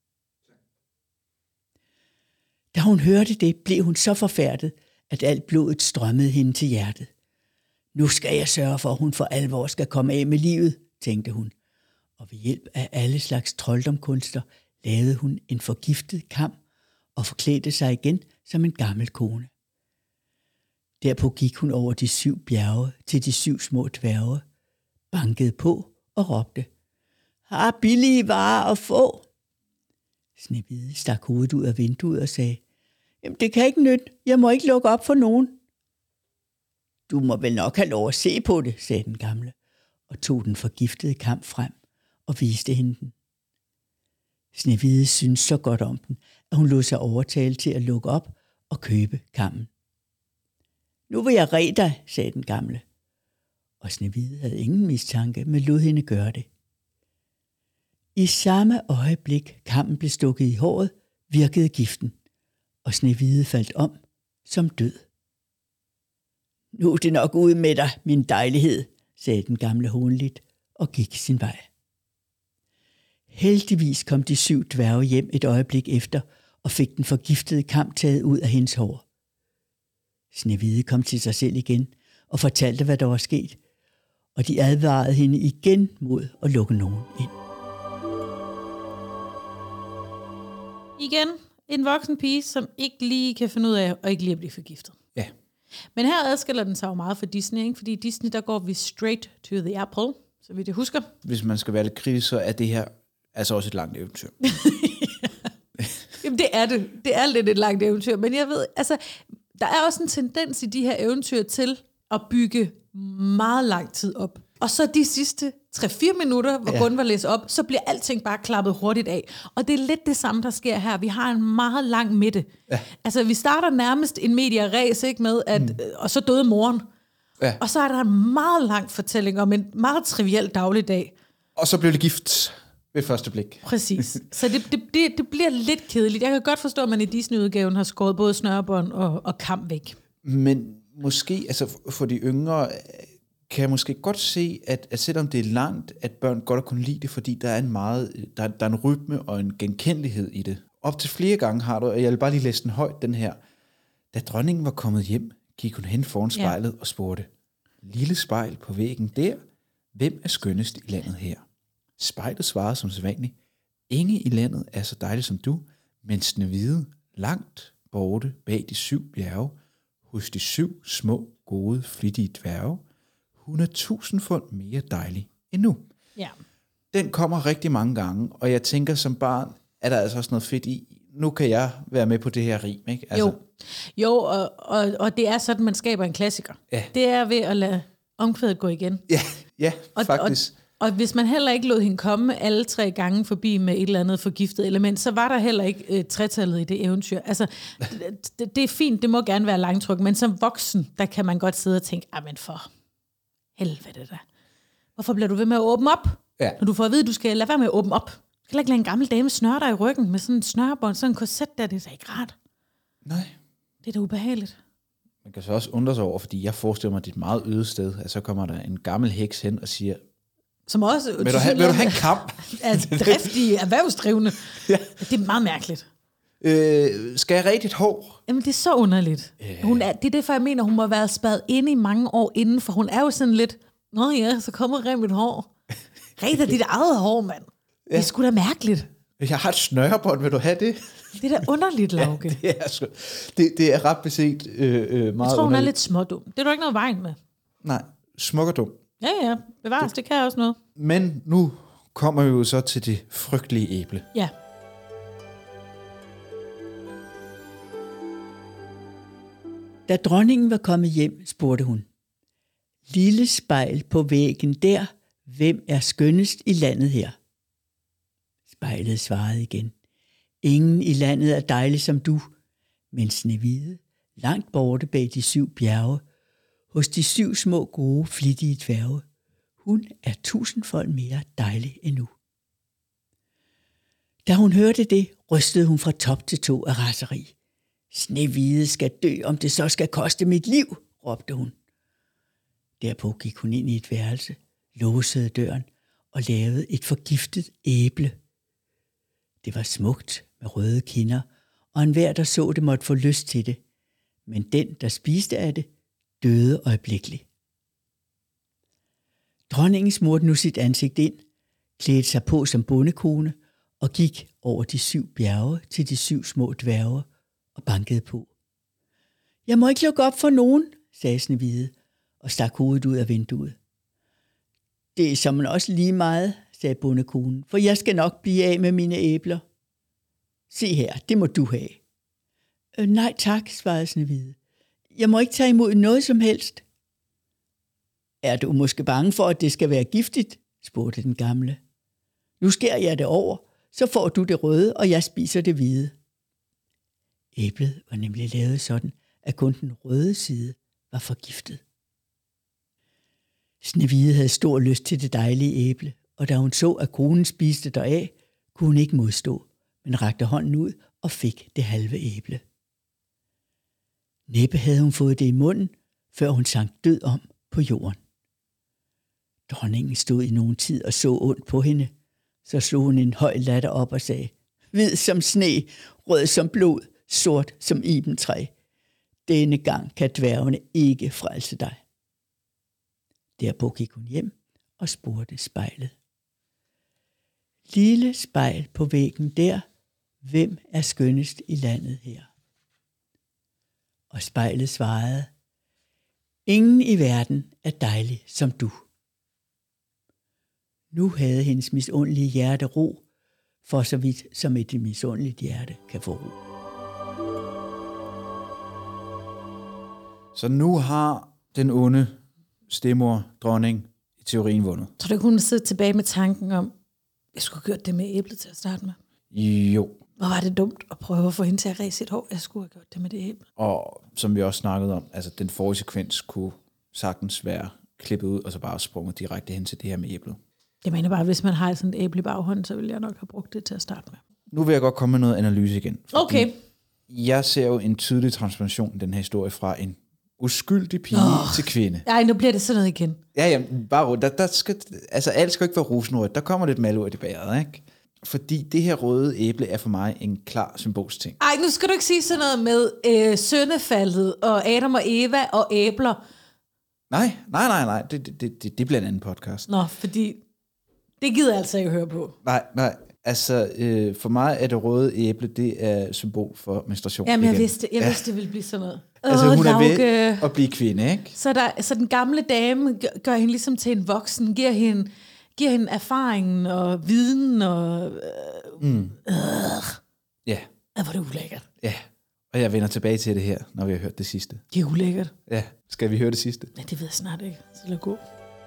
Da hun hørte det, blev hun så forfærdet, at alt blodet strømmede hende til hjertet. Nu skal jeg sørge for, at hun for alvor skal komme af med livet, tænkte hun, og ved hjælp af alle slags trolddomskunster lavede hun en forgiftet kam og forklædte sig igen som en gammel kone. Derpå gik hun over de 7 bjerge til de 7 små dværge, bankede på og råbte: Har billige varer at få? Snehvide stak hovedet ud af vinduet og sagde: Jamen, det kan ikke nytte, jeg må ikke lukke op for nogen. Du må vel nok have lov at se på det, sagde den gamle, og tog den forgiftede kam frem og viste hende den. Snehvide syntes så godt om den, at hun lod sig overtale til at lukke op og købe kammen. Nu vil jeg redde dig, sagde den gamle, og Snehvide havde ingen mistanke, men lod hende gøre det. I samme øjeblik kammen blev stukket i håret, virkede giften, og Snehvide faldt om som død. Nu er det nok ude med dig, min dejlighed, sagde den gamle hånligt og gik sin vej. Heldigvis kom de 7 dværge hjem et øjeblik efter og fik den forgiftede kam taget ud af hendes hår. Snehvide kom til sig selv igen og fortalte, hvad der var sket, og de advarede hende igen mod at lukke nogen ind. Igen, en voksen pige, som ikke lige kan finde ud af at ikke lige at blive forgiftet. Ja. Men her adskiller den sig jo meget fra Disney, ikke? Fordi i Disney, der går vi straight to the apple, så vidt jeg husker. Hvis man skal være lidt kritisk, så er det her altså også et langt eventyr. Jamen, det er det. Det er lidt et langt eventyr, men jeg ved, altså, der er også en tendens i de her eventyr til at bygge meget lang tid op. Og så de sidste 3-4 minutter, hvor Gunvor læser op, så bliver alting bare klappet hurtigt af. Og det er lidt det samme, der sker her. Vi har en meget lang midte. Ja. Altså, vi starter nærmest en media res, ikke, med, at, og så døde moren. Ja. Og så er der en meget lang fortælling om en meget triviel dagligdag. Og så blev det gift ved første blik. Præcis. Så det bliver lidt kedeligt. Jeg kan godt forstå, at man i Disney-udgaven har skåret både snørebånd og kam væk. Men måske, altså for de yngre, kan jeg måske godt se, at selvom det er langt, at børn godt kunne lide det, fordi der er der er en rytme og en genkendelighed i det. Op til flere gange har du, og jeg vil bare lige læse den højt, den her. Da dronningen var kommet hjem, gik hun hen foran spejlet og spurgte, lille spejl på væggen der, hvem er skønnest i landet her? Spejlet svarede som sædvanligt, ingen i landet er så dejlig som du, men Snehvide langt borte bag de 7 bjerge, hos de 7 små, gode, flittige dværge, hun er 1000-fold mere dejlig endnu. Ja. Den kommer rigtig mange gange, og jeg tænker som barn, er der altså også noget fedt i, nu kan jeg være med på det her rim, ikke? Altså. Jo, og det er sådan, man skaber en klassiker. Ja. Det er ved at lade omkvædet gå igen. Ja, faktisk. Og hvis man heller ikke lod hende komme alle 3 gange forbi med et eller andet forgiftet element, så var der heller ikke tretallet i det eventyr. Altså, det er fint, det må gerne være langtryk, men som voksen, der kan man godt sidde og tænke, men for helvede da. Hvorfor bliver du ved med at åbne op? Ja. Når du får at vide, at du skal lade være med at åbne op. Du skal ikke lade en gammel dame snøre dig i ryggen med sådan en snørebånd, sådan en korset der, det er da ikke rart. Nej. Det er da ubehageligt. Man kan så også undre sig over, fordi jeg forestiller mig, at det er et meget øde sted, at så kommer der en gammel heks hen og siger, som også, vil du have en kamp? Driftige erhvervsdrivende. Ja. Det er meget mærkeligt. Skal jeg ræde et hår? Jamen, det er så underligt. Det er derfor, jeg mener, hun må have været spadet inde i mange år inden, for hun er jo sådan lidt, nå ja, så kommer rem mit hår. Ræd af dit eget hår, mand. Ja. Det er sgu da mærkeligt. Jeg har et snørebånd, vil du have det? Det er da underligt, Lauke. Ja, det er ret beset meget jeg tror, hun er lidt smådum. Det er du ikke noget vejen med. Nej, smuk og dum. Ja, bevares, det kan også noget. Men nu kommer vi jo så til det frygtelige æble. Ja. Da dronningen var kommet hjem, spurgte hun, lille spejl på væggen der, hvem er skønnest i landet her? Spejlet svarede igen, ingen i landet er dejlig som du, men Snehvide, langt borte bag de 7 bjerge, hos de 7 små, gode, flittige dværge. Hun er 1000-fold mere dejlig endnu. Da hun hørte det, rystede hun fra top til tå af raseri. Snehvide skal dø, om det så skal koste mit liv, råbte hun. Derpå gik hun ind i et værelse, låsede døren og lavede et forgiftet æble. Det var smukt med røde kinder, og enhver, der så det, måtte få lyst til det. Men den, der spiste af det, døde øjeblikkeligt. Dronningen smurte nu sit ansigt ind, klædte sig på som bondekone og gik over de 7 bjerge til de 7 små dværge og bankede på. Jeg må ikke lukke op for nogen, sagde Snehvide og stak hovedet ud af vinduet. Det er som også lige meget, sagde bondekonen, for jeg skal nok blive af med mine æbler. Se her, det må du have. Nej tak, svarede Snehvide. Jeg må ikke tage imod noget som helst. Er du måske bange for, at det skal være giftigt? Spurgte den gamle. Nu skærer jeg det over, så får du det røde, og jeg spiser det hvide. Æblet var nemlig lavet sådan, at kun den røde side var forgiftet. Snehvide havde stor lyst til det dejlige æble, og da hun så, at konen spiste deraf, kunne hun ikke modstå, men rakte hånden ud og fik det halve æble. Næppe havde hun fået det i munden, før hun sank død om på jorden. Dronningen stod i nogen tid og så ondt på hende. Så slog hun en høj latter op og sagde, hvid som sne, rød som blod, sort som ibentræ. Denne gang kan dværgene ikke frelse dig. Derpå gik hun hjem og spurgte spejlet. Lille spejl på væggen der, hvem er skønnest i landet her? Og spejlet svarede, ingen i verden er dejlig som du. Nu havde hendes misundelige hjerte ro, for så vidt som et misundeligt hjerte kan få ro. Så nu har den onde stemmor, dronning, i teorien vundet. Tror du ikke, hun sidder tilbage med tanken om, jeg skulle have gjort det med æblet til at starte med? Jo. Hvor var det dumt at prøve at få hende til at ræse sit hår? Jeg skulle have gjort det med det æble. Og som vi også snakkede om, altså den forrige sekvens kunne sagtens være klippet ud, og så bare sprunget direkte hen til det her med æblet. Jeg mener bare, hvis man har sådan et æble i baghånden, så ville jeg nok have brugt det til at starte med. Nu vil jeg godt komme med noget analyse igen. Okay. Jeg ser jo en tydelig transformation i den her historie fra en uskyldig pige til kvinde. Ej, nu bliver det sådan noget igen. Ja, bare der skal, altså alt skal ikke være rosenrødt. Der kommer lidt malurt i bæret, ikke? Fordi det her røde æble er for mig en klar symbolsk ting. Ej, nu skal du ikke sige sådan noget med syndefaldet og Adam og Eva og æbler. Nej. Det er blandt andet podcast. Nå, fordi det gider jeg altså ikke høre på. Nej. Altså, for mig er det røde æble, det er symbol for menstruation. Jamen, jeg vidste, det ville blive sådan noget. Altså, hun er ved at blive kvinde, ikke? Så den gamle dame gør hende ligesom til en voksen, giver hende erfaringen og viden og... Ja. Hvor er det ulækkert. Ja, og jeg vender tilbage til det her, når vi har hørt det sidste. Det er ulækkert. Ja, skal vi høre det sidste? Nej, det ved jeg snart ikke. Så lad gå.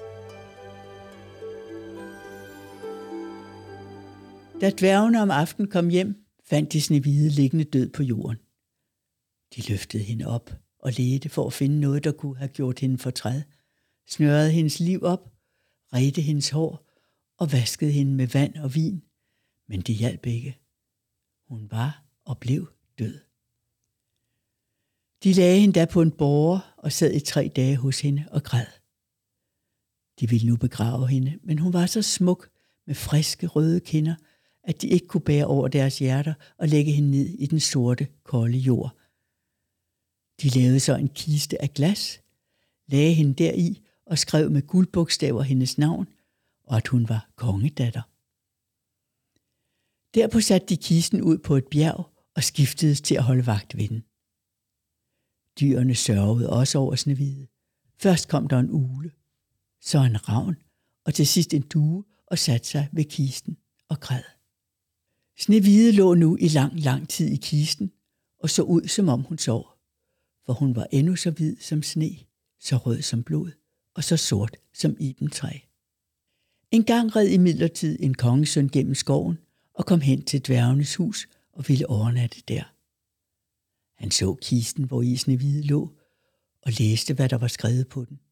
Da dværgene om aftenen kom hjem, fandt de Snehvide liggende død på jorden. De løftede hende op og ledte for at finde noget, der kunne have gjort hende fortræd, snørrede hendes liv op, redte hendes hår og vaskede hende med vand og vin, men det hjalp ikke. Hun var og blev død. De lagde hende da på en båre og sad i 3 dage hos hende og græd. De ville nu begrave hende, men hun var så smuk med friske røde kinder, at de ikke kunne bære over deres hjerter og lægge hende ned i den sorte, kolde jord. De lavede så en kiste af glas, lagde hende deri og skrev med guldbogstaver hendes navn, og at hun var kongedatter. Derpå satte de kisten ud på et bjerg og skiftedes til at holde vagt ved den. Dyrene sørgede også over Snehvide. Først kom der en ugle, så en ravn, og til sidst en due og satte sig ved kisten og græd. Snehvide lå nu i lang tid i kisten og så ud, som om hun sov, for hun var endnu så hvid som sne, så rød som blod og så sort som ibentræ. En gang red imidlertid en kongesøn gennem skoven og kom hen til dværgenes hus og ville overnatte der. Han så kisten, hvor i Snehvide lå, og læste, hvad der var skrevet på den.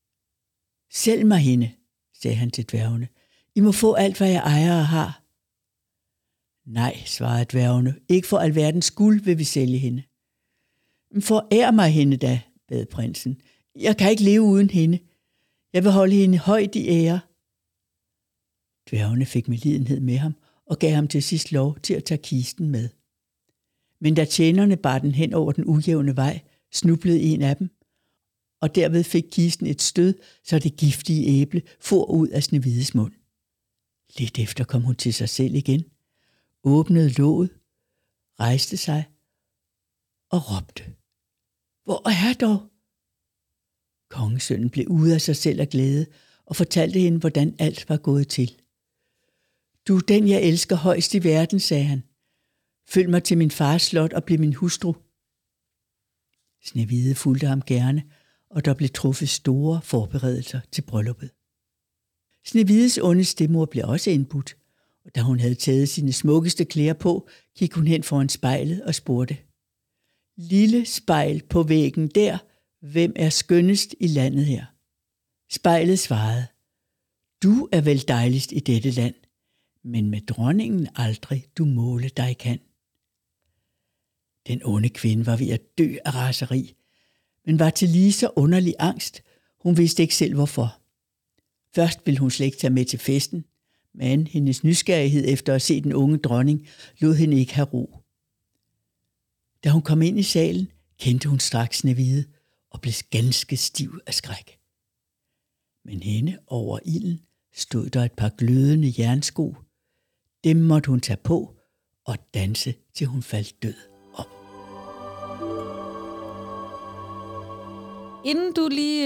Sælg mig hende, sagde han til dværgene. I må få alt, hvad jeg ejer og har. Nej, svarede dværgene. Ikke for alverdens guld vil vi sælge hende. Forær mig hende da, bad prinsen. Jeg kan ikke leve uden hende. Jeg vil holde hende højt i ære. Dværgene fik medlidenhed med ham og gav ham til sidst lov til at tage kisten med. Men da tjenerne bar den hen over den ujævne vej, snublede en af dem, og derved fik kisten et stød, så det giftige æble for ud af Snehvides mund. Lidt efter kom hun til sig selv igen, åbnede låget, rejste sig og råbte. Hvor er dog? Kongesønnen blev ude af sig selv af glæde og fortalte hende, hvordan alt var gået til. Du er den, jeg elsker højst i verden, sagde han. Følg mig til min fars slot og bliv min hustru. Snehvide fulgte ham gerne, og der blev truffet store forberedelser til brylluppet. Snehvides onde stemmor blev også indbudt, og da hun havde taget sine smukkeste klæder på, gik hun hen foran spejlet og spurgte. Lille spejl på væggen der, hvem er skønnest i landet her? Spejlet svarede, du er vel dejligst i dette land, men med dronningen aldrig du måle dig kan. Den onde kvinde var ved at dø af raseri, men var til lige så underlig angst. Hun vidste ikke selv hvorfor. Først ville hun slet ikke tage med til festen, Men hendes nysgerrighed efter at se den unge dronning lod hende ikke have ro. Da hun kom ind i salen, kendte hun straks Snehvide og blev ganske stiv af skræk. Men henne over ilden stod der et par glødende jernsko. Dem måtte hun tage på og danse, til hun faldt død om. Inden du lige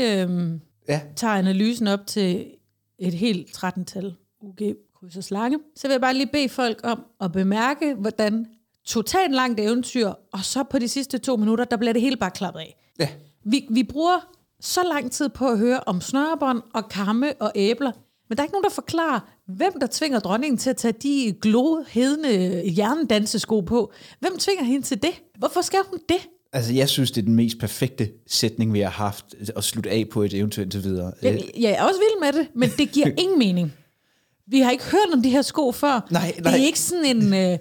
tager analysen op til et helt 13-tal UG kryds og slange, så vil jeg bare lige bede folk om at bemærke, hvordan totalt langt eventyr, og så på de sidste 2 minutter, der bliver det hele bare klappet af. Ja. Vi bruger så lang tid på at høre om snørebånd og kamme og æbler, men der er ikke nogen, der forklarer, hvem der tvinger dronningen til at tage de glohedende jerndansesko på. Hvem tvinger hende til det? Hvorfor skal hun det? Altså, jeg synes, det er den mest perfekte sætning, vi har haft at slutte af på et eventyr indtil videre. Jeg er også vild med det, men det giver ingen mening. Vi har ikke hørt om de her sko før. Nej. Det er ikke sådan en,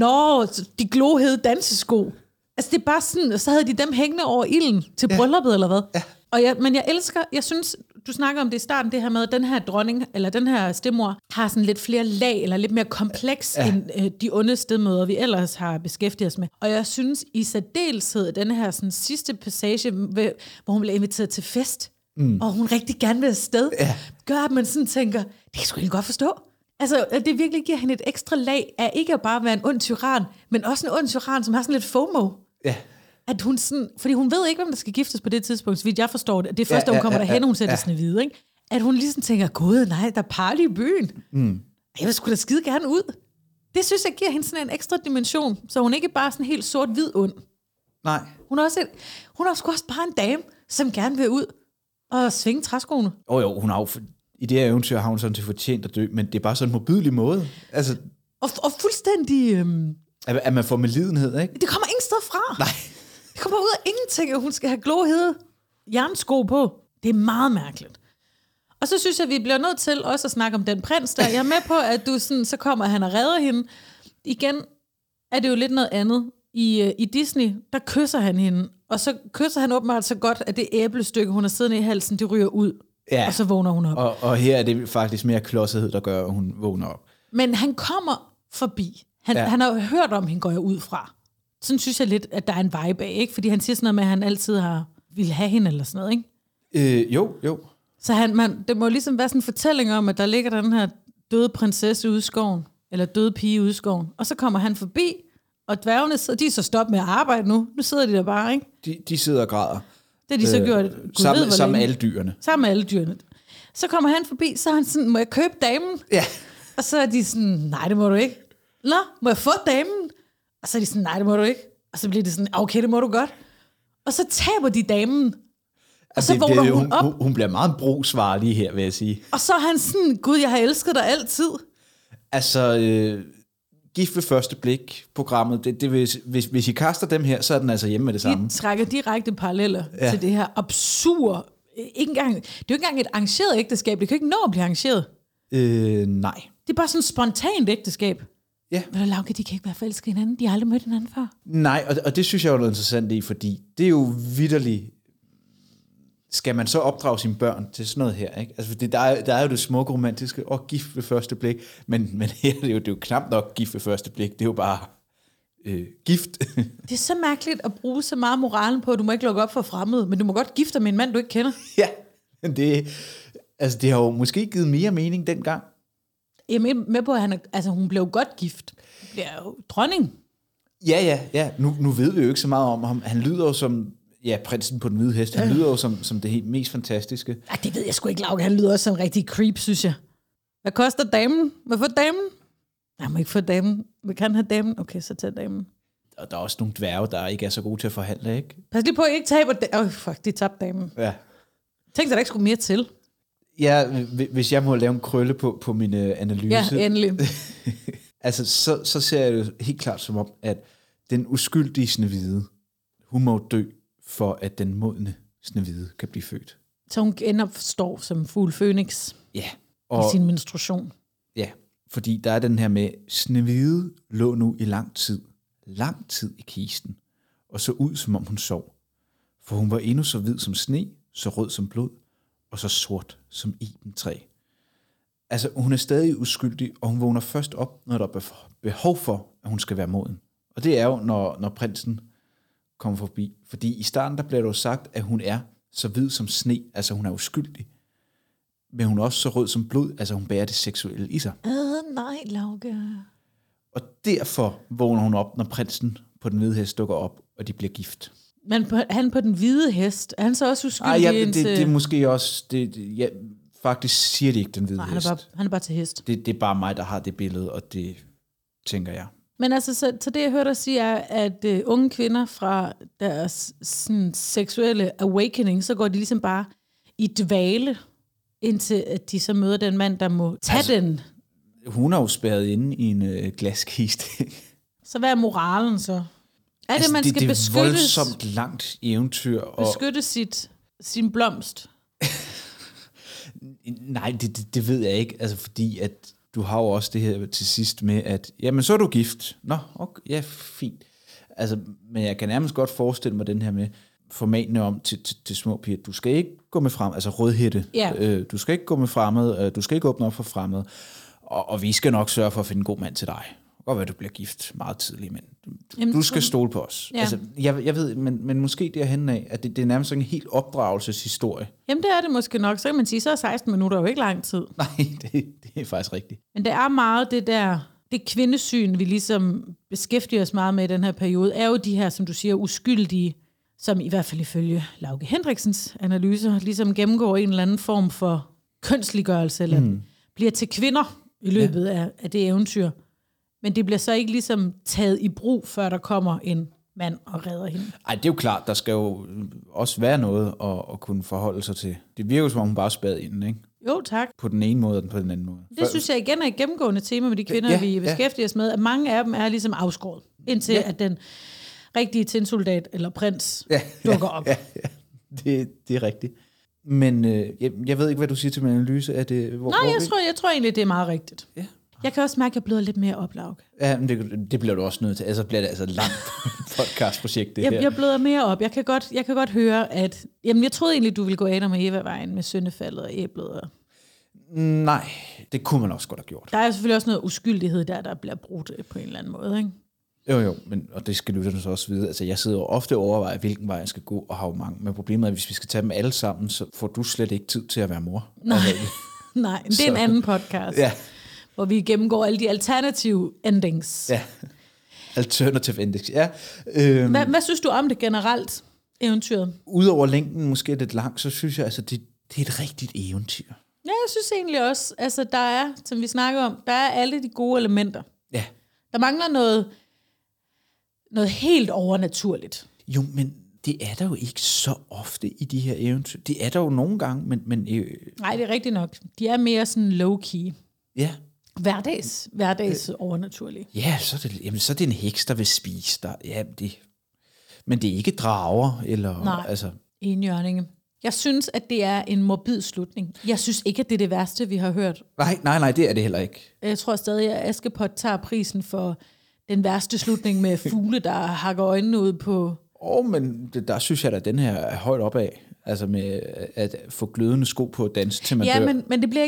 de glohede dansesko. Altså, det er bare sådan, så havde de dem hængende over ilden til brylluppet, eller hvad? Ja. Men jeg synes, du snakker om det i starten, det her med, at den her dronning, eller den her stedmor, har sådan lidt flere lag, eller lidt mere kompleks, end de onde stedmøder, vi ellers har beskæftiget os med. Og jeg synes i særdeleshed, den her sådan, sidste passage, hvor hun bliver inviteret til fest, og hun rigtig gerne vil afsted, gør, at man sådan tænker, det kan jeg sgu ikke godt forstå. Altså, at det virkelig giver hende et ekstra lag af ikke at bare være en ond tyran, men også en ond tyran, som har sådan lidt FOMO. Ja. At hun sådan, fordi hun ved ikke, hvem der skal giftes på det tidspunkt, så vidt jeg forstår det. Det er først, da hun kommer derhen, hun sætter Snehvide, ikke? At hun ligesom tænker, gud, nej, der er party i byen. Jeg vil sgu da skide gerne ud. Det synes jeg giver hende sådan en ekstra dimension, så hun ikke bare sådan helt sort-hvid ond. Nej. Hun er også bare en dame, som gerne vil ud og svinge træskoene. Jo, hun har i det her eventyr har hun sådan til fortjent at dø, men det er bare sådan en modbydelig måde. Altså, og fuldstændig... at man får medlidenhed, ikke? Det kommer ingen sted fra. Nej. Det kommer ud af ingenting, at hun skal have glohede jernsko på. Det er meget mærkeligt. Og så synes jeg, at vi bliver nødt til også at snakke om den prins der. Jeg er med på, at du sådan, så kommer han og redder hende. Igen er det jo lidt noget andet. I Disney, der kysser han hende. Og så kysser han åbenbart så godt, at det æblestykke, hun har siddende i halsen, det ryger ud. Ja. Og så vågner hun op. Og her er det faktisk mere klodsethed, der gør, at hun vågner op. Men han kommer forbi. Han har jo hørt om, hende går jeg ud fra. Sådan synes jeg lidt, at der er en vibe af, ikke? Fordi han siger sådan noget med, at han altid har ville have hende eller sådan noget, ikke? Jo. Så det må ligesom være sådan en fortælling om, at der ligger den her døde prinsesse ude i skoven, eller døde pige ude i skoven. Og så kommer han forbi, og dværgene, de er så stoppet med at arbejde nu. Nu sidder de der bare, ikke? De sidder og græder. Det er de så gjort. Sammen med alle dyrene. Sammen med alle dyrene. Så kommer han forbi, så er han sådan, må jeg købe damen? Ja. Og så er de sådan, nej, det må du ikke. Nå, må jeg få damen? Og så er de sådan, nej, det må du ikke. Og så bliver det sådan, okay, det må du godt. Og så taber de damen. Og så vågner hun op. Hun bliver meget brugsvarer lige her, vil jeg sige. Og så er han sådan, gud, jeg har elsket dig altid. Altså, gift ved første blik, programmet, hvis I kaster dem her, så er den altså hjemme med det samme. De trækker direkte paralleller til det her absurd. Det er jo ikke engang et arrangeret ægteskab. Det kan ikke nå at blive arrangeret. Nej. Det er bare sådan et spontant ægteskab. Ja. Men Lauke, de kan ikke være forelskede hinanden. De har aldrig mødt hinanden før. Nej, og det synes jeg er noget interessant i, fordi det er jo vitterligt. Skal man så opdrage sine børn til sådan noget her, ikke? Altså, fordi der er jo det smukke romantiske og gift ved første blik, men her det er jo knap nok gift ved første blik. Det er jo bare gift. Det er så mærkeligt at bruge så meget moralen på, at du må ikke lukke op for fremmede, men du må godt gifte dig med en mand, du ikke kender. Ja, det har jo måske givet mere mening dengang. Jeg er med på, at hun blev godt gift. Hun bliver jo dronning. Ja. Nu ved vi jo ikke så meget om ham. Han lyder jo som prinsen på den hvide hest. Han lyder jo som det helt mest fantastiske. Ja, det ved jeg sgu ikke, Lauke. Han lyder også som en rigtig creep, synes jeg. Hvad koster damen? Hvad får damen? Jeg må ikke få damen. Vi kan have damen. Okay, så tag damen. Og der er også nogle dværge, der ikke er så gode til at forhandle, ikke? Pas lige på, at I ikke taber fuck, de tabte damen. Ja. Tænk, der ikke skulle mere til. Ja, hvis jeg må lave en krølle på min analyse. Ja, endelig. Altså, så ser jeg det helt klart som om, at den uskyldige Snehvide, hun må dø, for at den modne Snehvide kan blive født. Så hun genopstår som fugl Fønix. Ja. I sin menstruation. Ja, fordi der er den her med, Snehvide lå nu i lang tid i kisten, og så ud, som om hun sov. For hun var endnu så hvid som sne, så rød som blod, og så sort som ibentræ. Altså, hun er stadig uskyldig, og hun vågner først op, når der er behov for, at hun skal være moden. Og det er jo, når prinsen kommer forbi. Fordi i starten, der bliver det jo sagt, at hun er så hvid som sne, altså hun er uskyldig. Men hun er også så rød som blod, altså hun bærer det seksuelle i sig. Nej, Lauke. Og derfor vågner hun op, når prinsen på den hvide hest dukker op, og de bliver gift. Men han på den hvide hest, er han så også uskyldig? Nej, det er måske også... faktisk siger de ikke den hvide hest. Han er bare til hest. Det er bare mig, der har det billede, og det tænker jeg. Men altså, så det jeg hørte dig sige er, at unge kvinder fra deres sådan, seksuelle awakening, så går de ligesom bare i dvale, indtil at de så møder den mand, der må tage den. Hun er jo spærret inde i en glaskiste. Så hvad er moralen så? Er det, man skal det beskytte... er voldsomt langt eventyr. Beskytte sin blomst? Nej, det ved jeg ikke. Altså fordi, at du har jo også det her til sidst med, at jamen, så er du gift. Nå, okay, ja, fint. Altså, men jeg kan nærmest godt forestille mig den her med formanende om til små piger. Du skal ikke gå med frem, altså rødhætte. Yeah. Du skal ikke gå med fremmed. Du skal ikke åbne op for fremmed. Og vi skal nok sørge for at finde en god mand til dig. Godt være, du bliver gift meget tidligt, men du skal stole på os. Ja. Altså, jeg ved, men måske derhen af, at det er nærmest sådan en helt opdragelseshistorie. Jamen, det er det måske nok. Så kan man sige, så er 16 minutter jo ikke lang tid. Nej, det er faktisk rigtigt. Men det er meget det kvindesyn, vi ligesom beskæftiger os meget med i den her periode, er jo de her, som du siger, uskyldige, som i hvert fald ifølge Lauke Hendriksens analyser, ligesom gennemgår en eller anden form for kønsliggørelse, eller bliver til kvinder i løbet af det eventyr. Men det bliver så ikke ligesom taget i brug, før der kommer en mand og redder hende. Ej, det er jo klart, der skal jo også være noget at kunne forholde sig til. Det virker som om hun bare spad inden, ikke? Jo, tak. På den ene måde og på den anden måde. Det synes jeg igen er et gennemgående tema med de kvinder, vi beskæftiger os med, at mange af dem er ligesom afskåret, indtil at den rigtige tinsoldat eller prins dukker op. Ja. Det er rigtigt. Men jeg ved ikke, hvad du siger til min analyse. Er det, jeg tror egentlig, det er meget rigtigt. Ja. Jeg kan også mærke, at jeg er blevet lidt mere oplagt. Ja, men det bliver du også nødt til. Altså bliver det altså et langt podcastprojekt, det her. Jeg bløder mere op. Jeg kan godt høre, at... Jamen, jeg troede egentlig, du ville gå Adam og Eva-vejen med syndefaldet og æblet. Nej, det kunne man også godt have gjort. Der er selvfølgelig også noget uskyldighed der bliver brudt på en eller anden måde, ikke? Jo, og det skal lytterne så også vide. Altså, jeg sidder jo ofte og overvejer, hvilken vej jeg skal gå, og har jo mange. Men problemet er, at hvis vi skal tage dem alle sammen, så får du slet ikke tid til at være mor. Nej, det er en anden podcast. Ja. Hvor vi gennemgår alle de alternative endings. Ja, alternative endings, ja. Hvad synes du om det generelt, eventyret? Udover længden måske lidt langt, så synes jeg, altså, det er et rigtigt eventyr. Ja, jeg synes egentlig også, altså der er, som vi snakker om, der er alle de gode elementer. Ja. Der mangler noget helt overnaturligt. Jo, men det er der jo ikke så ofte i de her eventyr. Det er der jo nogle gange, men nej, det er rigtigt nok. De er mere sådan low-key. Ja. Hverdags overnaturlige. Ja, så er det en heks, der vil spise dig. Ja, men det er ikke drager, eller... Nej, altså. enhjørninge. Jeg synes, at det er en morbid slutning. Jeg synes ikke, at det er det værste, vi har hørt. Nej, det er det heller ikke. Jeg tror stadig, at Askepot tager prisen for den værste slutning med fugle, der hakker øjnene ud på... men der synes jeg, at den her er højt opad. Altså med at få glødende sko på at danse til man dør. Ja, men det bliver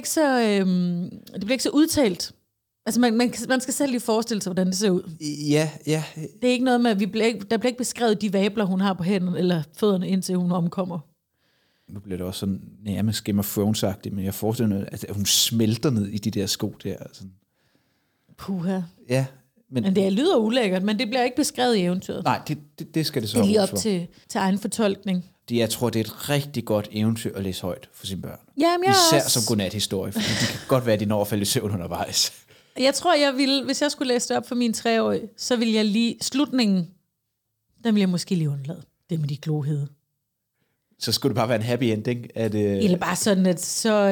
ikke så udtalt. Altså man skal selv lige forestille sig, hvordan det ser ud. Ja. Det er ikke noget med, der bliver ikke beskrevet de vabler, hun har på hænderne eller fødderne, indtil hun omkommer. Nu bliver det også sådan nærmest Game of Thrones-agtigt, men jeg forestiller mig, at hun smelter ned i de der sko der. Sådan. Puha. Ja. Men det lyder ulækkert, men det bliver ikke beskrevet i eventyret. Nej, det skal det så. Det er lige op til egen fortolkning. Jeg tror, det er et rigtig godt eventyr at læse højt for sine børn. Jamen, især som godnat-historie, fordi det kan godt være, at de når at falde i søvn undervejs. Jeg tror, jeg ville, hvis jeg skulle læse det op for min 3-årige, så ville jeg lige slutningen, den ville jeg måske lige undlade. Det med de glohede. Så skulle det bare være en happy ending? Eller bare sådan, at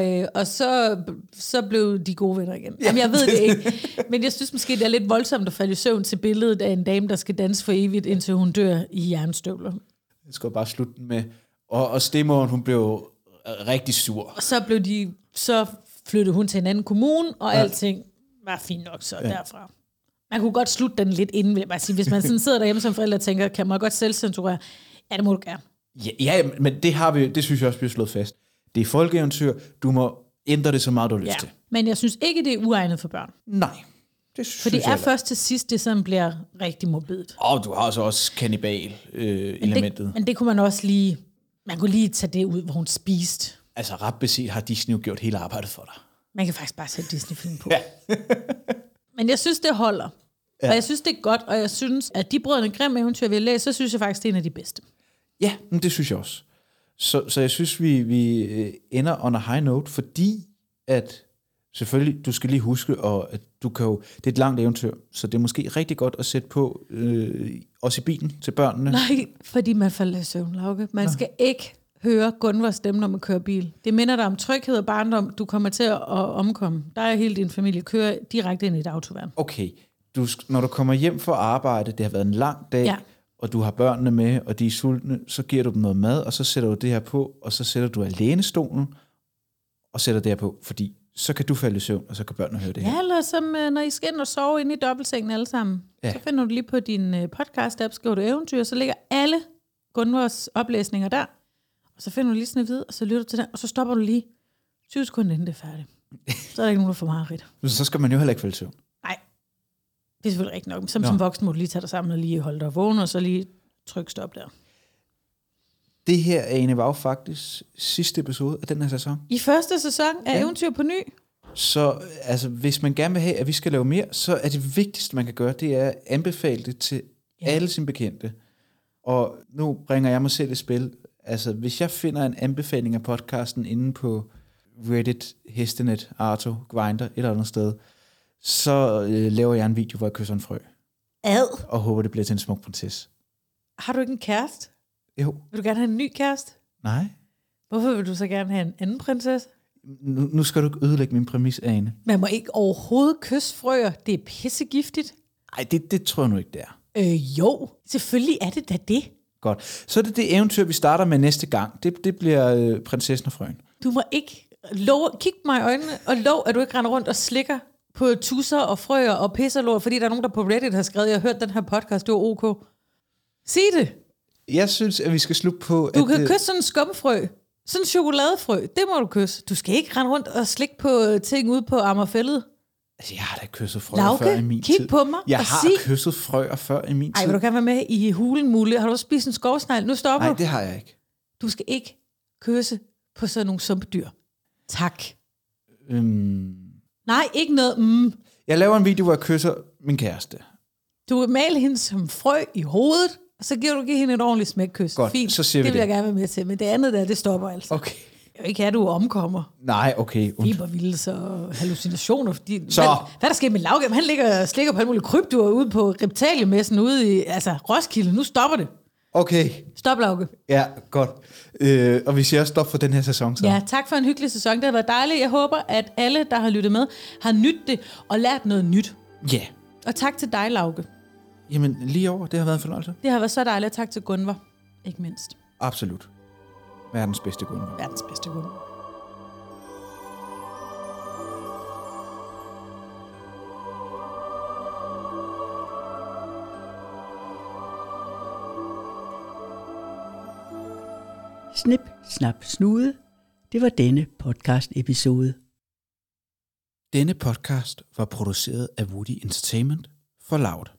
så blev de gode venner igen. Jamen, jeg ved det ikke. Men jeg synes måske, det er lidt voldsomt at falde i søvn til billedet af en dame, der skal danse for evigt, indtil hun dør i jernstøvler. Jeg skal bare slutte med... Og stemmoren, hun blev rigtig sur. Og så flyttede hun til en anden kommune, og alting var fint nok så derfra. Man kunne godt slutte den lidt inden, vil jeg bare sige. Hvis man sådan sidder derhjemme som forælder og tænker, kan man godt selvcensurere? Ja, det må du gerne. Ja, men det synes jeg også bliver slået fast. Det er folkeeventyr. Du må ændre det så meget, du har lyst til. Men jeg synes ikke, det er uegnet for børn. Nej, det synes For det er først til sidst, det sådan bliver rigtig morbidt. Og du har også kannibal-elementet. Men det kunne man også lige... Man kunne lige tage det ud, hvor hun spiste. Altså ret beset har Disney jo gjort hele arbejdet for dig. Man kan faktisk bare sætte Disney-film på. Ja. Men jeg synes, det holder. Ja. Og jeg synes, det er godt, og jeg synes, at de Brødrene Grimm eventyr, vi har læst, så synes jeg faktisk, det er en af de bedste. Ja, men det synes jeg også. Så jeg synes, vi ender on a high note, fordi at selvfølgelig, du skal lige huske, at du kan jo, det er et langt eventyr, så det er måske rigtig godt at sætte på, også i bilen til børnene. Nej, fordi man falder i søvn, Lauke. Man skal ikke høre Gunvors stemme, når man kører bil. Det minder dig om tryghed og barndom. Du kommer til at omkomme. Der er hele din familie kører direkte ind i et autoværn. Okay, når du kommer hjem fra arbejde, det har været en lang dag, og du har børnene med, og de er sultne, så giver du dem noget mad, og så sætter du det her på, og så sætter du alænestolen, og sætter det her på, fordi så kan du falde i søvn, og så kan børnene høre det her. Ja, eller som når I skal ind og sove inde i dobbeltsengen alle sammen. Ja. Så finder du lige på din podcast-app, skriver du eventyr, så ligger alle Gunvors oplæsninger der, og så finder du lige sådan en vid, og så lytter du til den, og så stopper du lige 20 sekunder, inden det er færdigt. Så er der ikke nogen, der får meget rit. Så skal man jo heller ikke falde i søvn. Nej, det er selvfølgelig rigtigt nok. Som voksen må du lige tage dig sammen og lige holde dig vågen, og så lige trykke stop der. Det her, Ane, var jo faktisk sidste episode af den her sæson. I første sæson af Eventyr på Ny. Så altså, hvis man gerne vil have, at vi skal lave mere, så er det vigtigste, man kan gøre, det er at anbefale det til alle sine bekendte. Og nu bringer jeg mig selv i spil. Altså, hvis jeg finder en anbefaling af podcasten inde på Reddit, Hestenet, Arto, Grindr, et eller andet sted, så laver jeg en video, hvor jeg kysser en frø. Og håber, det bliver til en smuk prinsesse. Har du ikke en kæreste? Jo. Vil du gerne have en ny kæreste? Nej. Hvorfor vil du så gerne have en anden prinsesse? Nu skal du ikke ødelægge min præmis, Ane. Man må ikke overhovedet kysse frøer. Det er pissegiftigt. Nej, det tror jeg nu ikke, det er. Jo, selvfølgelig er det da det. Godt. Så er det eventyr, vi starter med næste gang. Det bliver prinsessen og frøen. Du må ikke kig mig i øjnene og lov, at du ikke render rundt og slikker på tusser og frøer og pisserlort, fordi der er nogen, der på Reddit har skrevet, jeg har hørt den her podcast, det var ok. Sig det. Jeg synes, at vi skal slutte på... Du kan kysse sådan en skumfrø. Sådan en chokoladefrø. Det må du kysse. Du skal ikke rende rundt og slikke på ting ude på Amagerfælled. Altså, jeg har da kysset frøer før i min tid. Kig på mig jeg har kysset frøer før i min tid. Ej, vil du gerne være med i hulen muligt? Har du spist en skovsnegl? Nu stopper du. Nej, det har jeg ikke. Du skal ikke kysse på sådan nogle sumpdyr. Tak. Nej, ikke noget. Jeg laver en video, hvor jeg kysser min kæreste. Du vil male hende som frø i hovedet, og så giver hende et ordentligt smækkys. Godt, fint. Så siger vi det. Vil jeg gerne være med til, men det andet der, det stopper altså. Okay. Jeg vil ikke have, at du omkommer. Nej, okay. Fibervildelser og hallucinationer. Fordi, så. Hvad der sker med Lauke? Han ligger og slikker på alle mulige kryptoer ude på reptaliemessen ude i Roskilde. Nu stopper det. Okay. Stop, Lauke. Ja, godt. Og vi siger også stop for den her sæson. Så. Ja, tak for en hyggelig sæson. Det har været dejligt. Jeg håber, at alle, der har lyttet med, har nydt det og lært noget nyt. Ja. Yeah. Og tak til dig, Lauke. Jamen, lige over. Det har været en fornøjelse. Det har været så dejligt. Tak til Gunvor. Ikke mindst. Absolut. Verdens bedste Gunvor. Verdens bedste Gunvor. Snip, snap, snude. Det var denne podcast-episode. Denne podcast var produceret af Woody Entertainment for Loud.